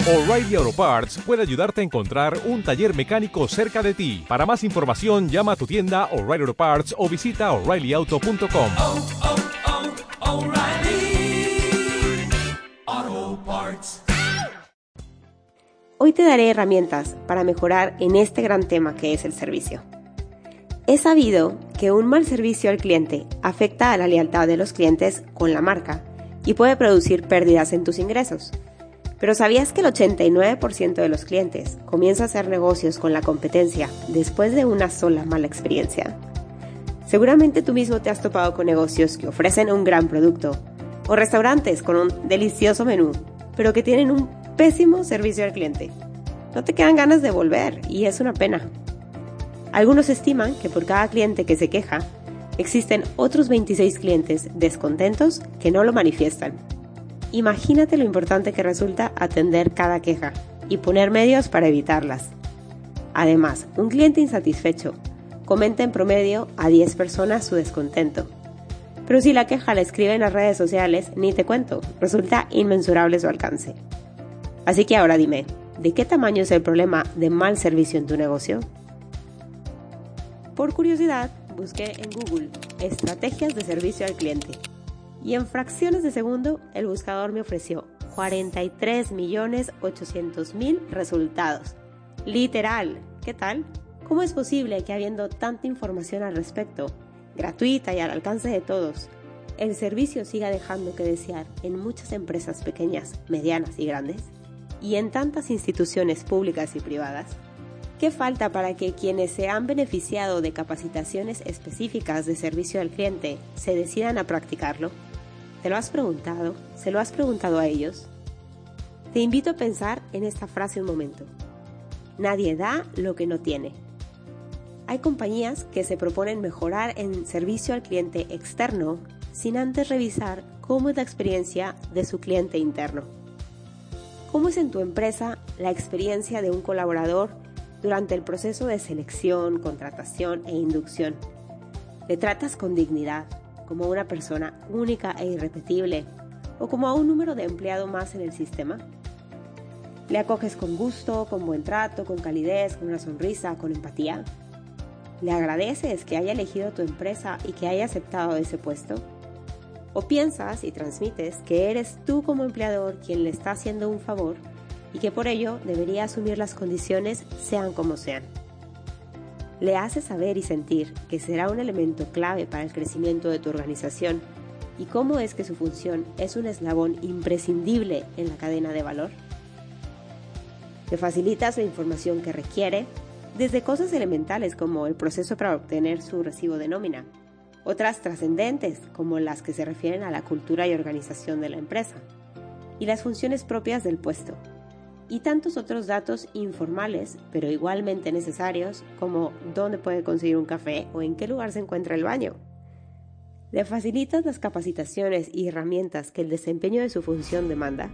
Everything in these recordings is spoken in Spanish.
O'Reilly Auto Parts puede ayudarte a encontrar un taller mecánico cerca de ti. Para más información, llama a tu tienda O'Reilly Auto Parts o visita O'ReillyAuto.com. O'Reilly Auto Parts. Hoy te daré herramientas para mejorar en este gran tema que es el servicio. Es sabido que un mal servicio al cliente afecta a la lealtad de los clientes con la marca y puede producir pérdidas en tus ingresos. Pero ¿sabías que el 89% de los clientes comienza a hacer negocios con la competencia después de una sola mala experiencia? Seguramente tú mismo te has topado con negocios que ofrecen un gran producto o restaurantes con un delicioso menú, pero que tienen un pésimo servicio al cliente. No te quedan ganas de volver y es una pena. Algunos estiman que por cada cliente que se queja, existen otros 26 clientes descontentos que no lo manifiestan. Imagínate lo importante que resulta atender cada queja y poner medios para evitarlas. Además, un cliente insatisfecho comenta en promedio a 10 personas su descontento. Pero si la queja la escribe en las redes sociales, ni te cuento, resulta inmensurable su alcance. Así que ahora dime, ¿de qué tamaño es el problema de mal servicio en tu negocio? Por curiosidad, busqué en Google estrategias de servicio al cliente. Y en fracciones de segundo, el buscador me ofreció 43.800.000 resultados. Literal, ¿qué tal? ¿Cómo es posible que habiendo tanta información al respecto, gratuita y al alcance de todos, el servicio siga dejando que desear en muchas empresas pequeñas, medianas y grandes? Y en tantas instituciones públicas y privadas. ¿Qué falta para que quienes se han beneficiado de capacitaciones específicas de servicio al cliente se decidan a practicarlo? ¿Te lo has preguntado? ¿Se lo has preguntado a ellos? Te invito a pensar en esta frase un momento. Nadie da lo que no tiene. Hay compañías que se proponen mejorar en servicio al cliente externo sin antes revisar cómo es la experiencia de su cliente interno. ¿Cómo es en tu empresa la experiencia de un colaborador durante el proceso de selección, contratación e inducción? ¿Le tratas con dignidad, como una persona única e irrepetible, o como a un número de empleado más en el sistema? ¿Le acoges con gusto, con buen trato, con calidez, con una sonrisa, con empatía? ¿Le agradeces que haya elegido tu empresa y que haya aceptado ese puesto? ¿O piensas y transmites que eres tú como empleador quien le está haciendo un favor y que por ello debería asumir las condiciones sean como sean? Le haces saber y sentir que será un elemento clave para el crecimiento de tu organización y cómo es que su función es un eslabón imprescindible en la cadena de valor. Le facilitas la información que requiere, desde cosas elementales como el proceso para obtener su recibo de nómina, otras trascendentes como las que se refieren a la cultura y organización de la empresa, y las funciones propias del puesto, y tantos otros datos informales, pero igualmente necesarios, como dónde puede conseguir un café o en qué lugar se encuentra el baño. ¿Le facilitas las capacitaciones y herramientas que el desempeño de su función demanda?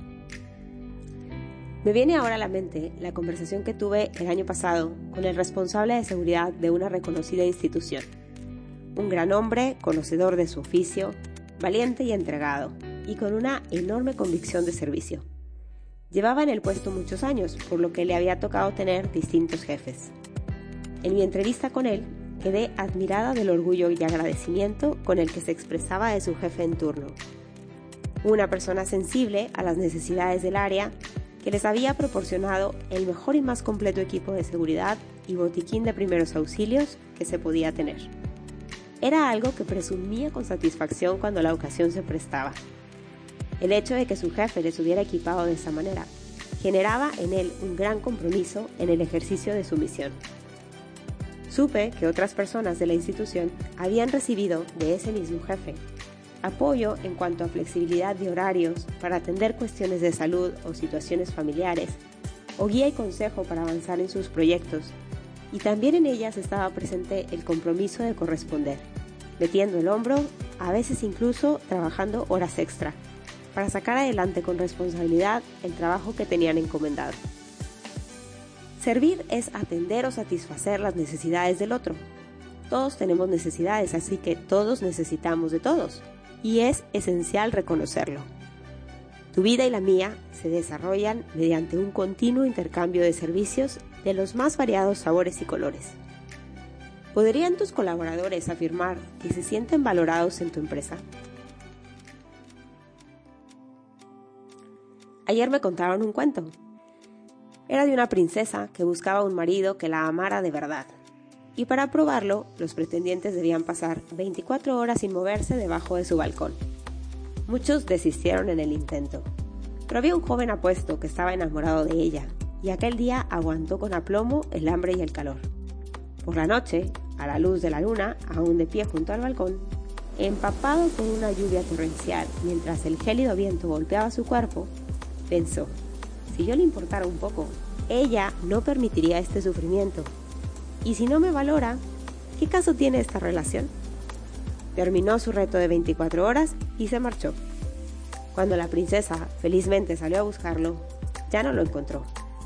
Me viene ahora a la mente la conversación que tuve el año pasado con el responsable de seguridad de una reconocida institución. Un gran hombre, conocedor de su oficio, valiente y entregado, y con una enorme convicción de servicio. Llevaba en el puesto muchos años, por lo que le había tocado tener distintos jefes. En mi entrevista con él, quedé admirada del orgullo y agradecimiento con el que se expresaba de su jefe en turno. Una persona sensible a las necesidades del área, que les había proporcionado el mejor y más completo equipo de seguridad y botiquín de primeros auxilios que se podía tener. Era algo que presumía con satisfacción cuando la ocasión se prestaba. El hecho de que su jefe les hubiera equipado de esa manera generaba en él un gran compromiso en el ejercicio de su misión. Supe que otras personas de la institución habían recibido de ese mismo jefe apoyo en cuanto a flexibilidad de horarios para atender cuestiones de salud o situaciones familiares, o guía y consejo para avanzar en sus proyectos, y también en ellas estaba presente el compromiso de corresponder, metiendo el hombro, a veces incluso trabajando horas extra, para sacar adelante con responsabilidad el trabajo que tenían encomendado. Servir es atender o satisfacer las necesidades del otro. Todos tenemos necesidades, así que todos necesitamos de todos, y es esencial reconocerlo. Tu vida y la mía se desarrollan mediante un continuo intercambio de servicios de los más variados sabores y colores. ¿Podrían tus colaboradores afirmar que se sienten valorados en tu empresa? Ayer me contaron un cuento. Era de una princesa que buscaba un marido que la amara de verdad. Y para probarlo, los pretendientes debían pasar 24 horas sin moverse debajo de su balcón. Muchos desistieron en el intento, pero había un joven apuesto que estaba enamorado de ella, y aquel día aguantó con aplomo el hambre y el calor. Por la noche, a la luz de la luna, aún de pie junto al balcón, empapado por una lluvia torrencial, mientras el gélido viento golpeaba su cuerpo, pensó: si yo le importara un poco, ella no permitiría este sufrimiento. Y si no me valora, ¿qué caso tiene esta relación? Terminó su reto de 24 horas y se marchó. Cuando la princesa felizmente salió a buscarlo, ya no lo encontró.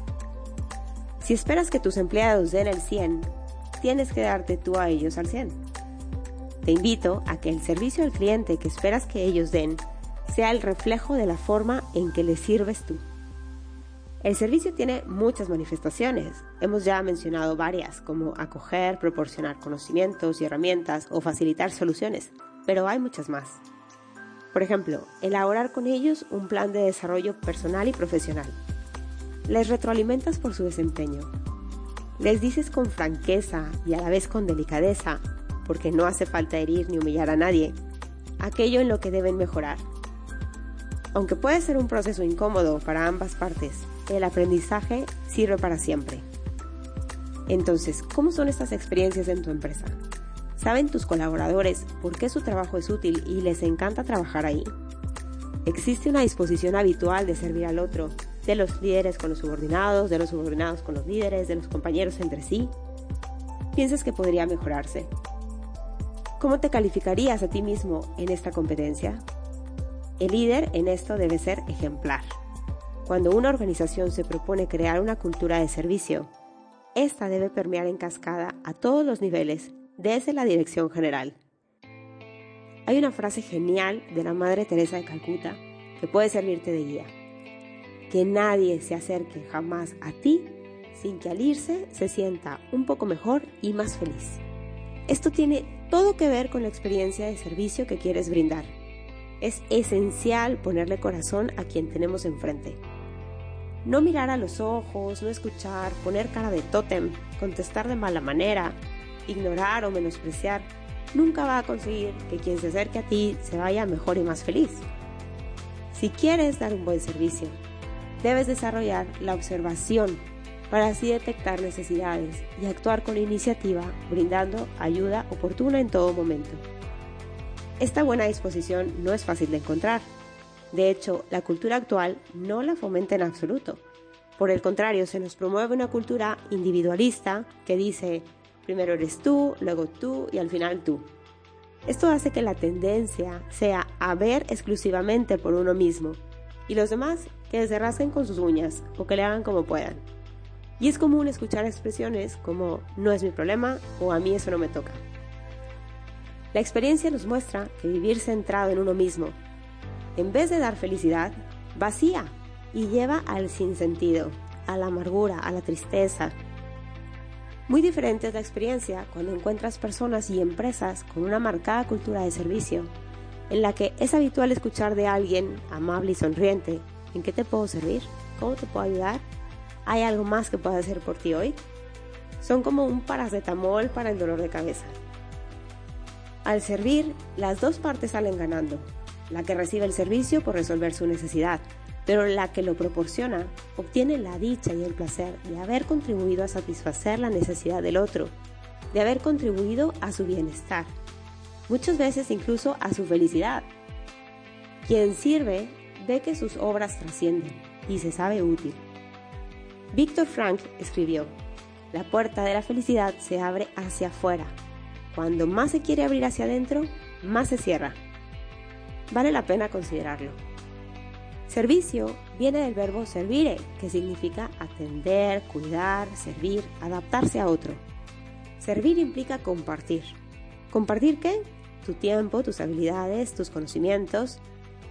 Si esperas que tus empleados den el 100, tienes que darte tú a ellos al 100. Te invito a que el servicio al cliente que esperas que ellos den sea el reflejo de la forma en que les sirves tú. El servicio tiene muchas manifestaciones. Hemos ya mencionado varias, como acoger, proporcionar conocimientos y herramientas o facilitar soluciones, pero hay muchas más. Por ejemplo, elaborar con ellos un plan de desarrollo personal y profesional. Les retroalimentas por su desempeño. Les dices con franqueza y a la vez con delicadeza, porque no hace falta herir ni humillar a nadie, aquello en lo que deben mejorar. Aunque puede ser un proceso incómodo para ambas partes, el aprendizaje sirve para siempre. Entonces, ¿cómo son estas experiencias en tu empresa? ¿Saben tus colaboradores por qué su trabajo es útil y les encanta trabajar ahí? ¿Existe una disposición habitual de servir al otro, de los líderes con los subordinados, de los subordinados con los líderes, de los compañeros entre sí? ¿Piensas que podría mejorarse? ¿Cómo te calificarías a ti mismo en esta competencia? El líder en esto debe ser ejemplar. Cuando una organización se propone crear una cultura de servicio, esta debe permear en cascada a todos los niveles, desde la dirección general. Hay una frase genial de la Madre Teresa de Calcuta que puede servirte de guía: que nadie se acerque jamás a ti sin que al irse se sienta un poco mejor y más feliz. Esto tiene todo que ver con la experiencia de servicio que quieres brindar. Es esencial ponerle corazón a quien tenemos enfrente. No mirar a los ojos, no escuchar, poner cara de tótem, contestar de mala manera, ignorar o menospreciar, nunca va a conseguir que quien se acerque a ti se vaya mejor y más feliz. Si quieres dar un buen servicio, debes desarrollar la observación para así detectar necesidades y actuar con iniciativa, brindando ayuda oportuna en todo momento. Esta buena disposición no es fácil de encontrar. De hecho, la cultura actual no la fomenta en absoluto. Por el contrario, se nos promueve una cultura individualista que dice: primero eres tú, luego tú y al final tú. Esto hace que la tendencia sea a ver exclusivamente por uno mismo y los demás que se rasquen con sus uñas o que le hagan como puedan. Y es común escuchar expresiones como "no es mi problema" o "a mí eso no me toca". La experiencia nos muestra que vivir centrado en uno mismo, en vez de dar felicidad, vacía y lleva al sinsentido, a la amargura, a la tristeza. Muy diferente es la experiencia cuando encuentras personas y empresas con una marcada cultura de servicio, en la que es habitual escuchar de alguien amable y sonriente: ¿en qué te puedo servir? ¿Cómo te puedo ayudar? ¿Hay algo más que pueda hacer por ti hoy? Son como un paracetamol para el dolor de cabeza. Al servir, las dos partes salen ganando. La que recibe el servicio por resolver su necesidad, pero la que lo proporciona obtiene la dicha y el placer de haber contribuido a satisfacer la necesidad del otro, de haber contribuido a su bienestar, muchas veces incluso a su felicidad. Quien sirve ve que sus obras trascienden y se sabe útil. Viktor Frankl escribió: la puerta de la felicidad se abre hacia afuera. Cuando más se quiere abrir hacia adentro, más se cierra. Vale la pena considerarlo. Servicio viene del verbo servire, que significa atender, cuidar, servir, adaptarse a otro. Servir implica compartir. ¿Compartir qué? Tu tiempo, tus habilidades, tus conocimientos.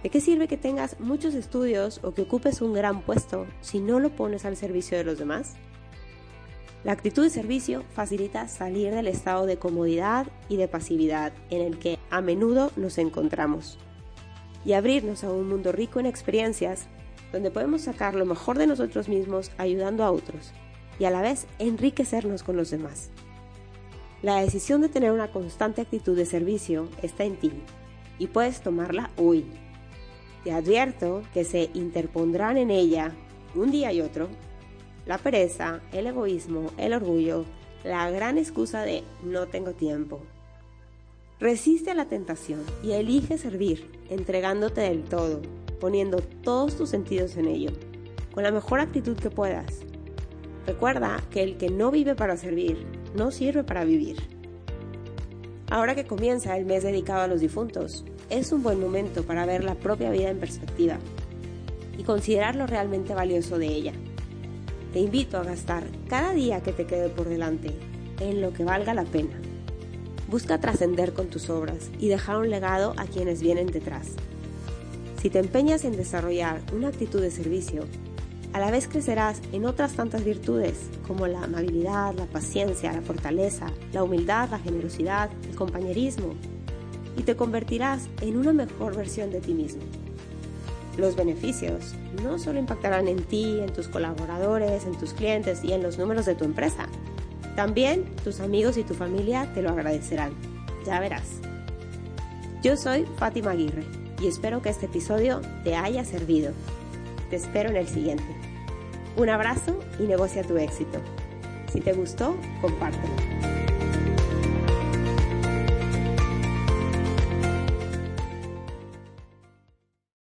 ¿De qué sirve que tengas muchos estudios o que ocupes un gran puesto si no lo pones al servicio de los demás? La actitud de servicio facilita salir del estado de comodidad y de pasividad en el que a menudo nos encontramos y abrirnos a un mundo rico en experiencias donde podemos sacar lo mejor de nosotros mismos ayudando a otros y a la vez enriquecernos con los demás. La decisión de tener una constante actitud de servicio está en ti y puedes tomarla hoy. Te advierto que se interpondrán en ella, un día y otro, la pereza, el egoísmo, el orgullo, la gran excusa de no tengo tiempo. Resiste a la tentación y elige servir, entregándote del todo, poniendo todos tus sentidos en ello, con la mejor actitud que puedas. Recuerda que el que no vive para servir, no sirve para vivir. Ahora que comienza el mes dedicado a los difuntos, es un buen momento para ver la propia vida en perspectiva y considerar lo realmente valioso de ella. Te invito a gastar cada día que te quede por delante en lo que valga la pena. Busca trascender con tus obras y dejar un legado a quienes vienen detrás. Si te empeñas en desarrollar una actitud de servicio, a la vez crecerás en otras tantas virtudes como la amabilidad, la paciencia, la fortaleza, la humildad, la generosidad, el compañerismo, y te convertirás en una mejor versión de ti mismo. Los beneficios no solo impactarán en ti, en tus colaboradores, en tus clientes y en los números de tu empresa. También tus amigos y tu familia te lo agradecerán. Ya verás. Yo soy Fátima Aguirre y espero que este episodio te haya servido. Te espero en el siguiente. Un abrazo y negocia tu éxito. Si te gustó, compártelo.